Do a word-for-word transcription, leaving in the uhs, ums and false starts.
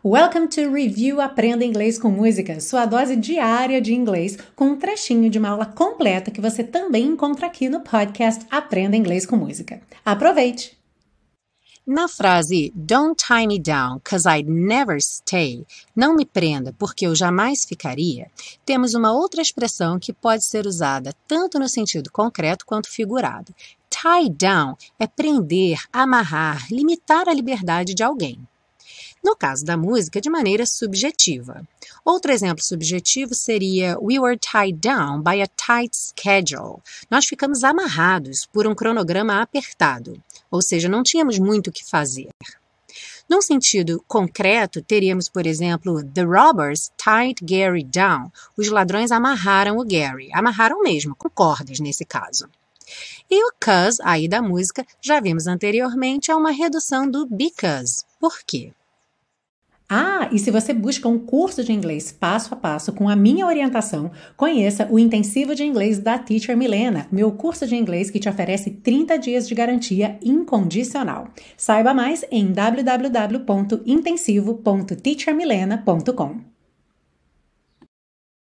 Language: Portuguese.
Welcome to Review Aprenda Inglês com Música, sua dose diária de inglês, com um trechinho de uma aula completa que você também encontra aqui no podcast Aprenda Inglês com Música. Aproveite! Na frase Don't tie me down, 'cause I'd never stay, não me prenda porque eu jamais ficaria, temos uma outra expressão que pode ser usada tanto no sentido concreto quanto figurado. Tie down é prender, amarrar, limitar a liberdade de alguém. No caso da música, de maneira subjetiva. Outro exemplo subjetivo seria We were tied down by a tight schedule. Nós ficamos amarrados por um cronograma apertado, ou seja, não tínhamos muito o que fazer. Num sentido concreto, teríamos, por exemplo, The robbers tied Gary down. Os ladrões amarraram o Gary. Amarraram mesmo, com cordas nesse caso. E o 'cause, aí da música, já vimos anteriormente, é uma redução do because. Por quê? Ah, e se você busca um curso de inglês passo a passo com a minha orientação, conheça o Intensivo de Inglês da Teacher Milena, meu curso de inglês que te oferece trinta dias de garantia incondicional. Saiba mais em w w w ponto intensivo ponto teacher milena ponto com.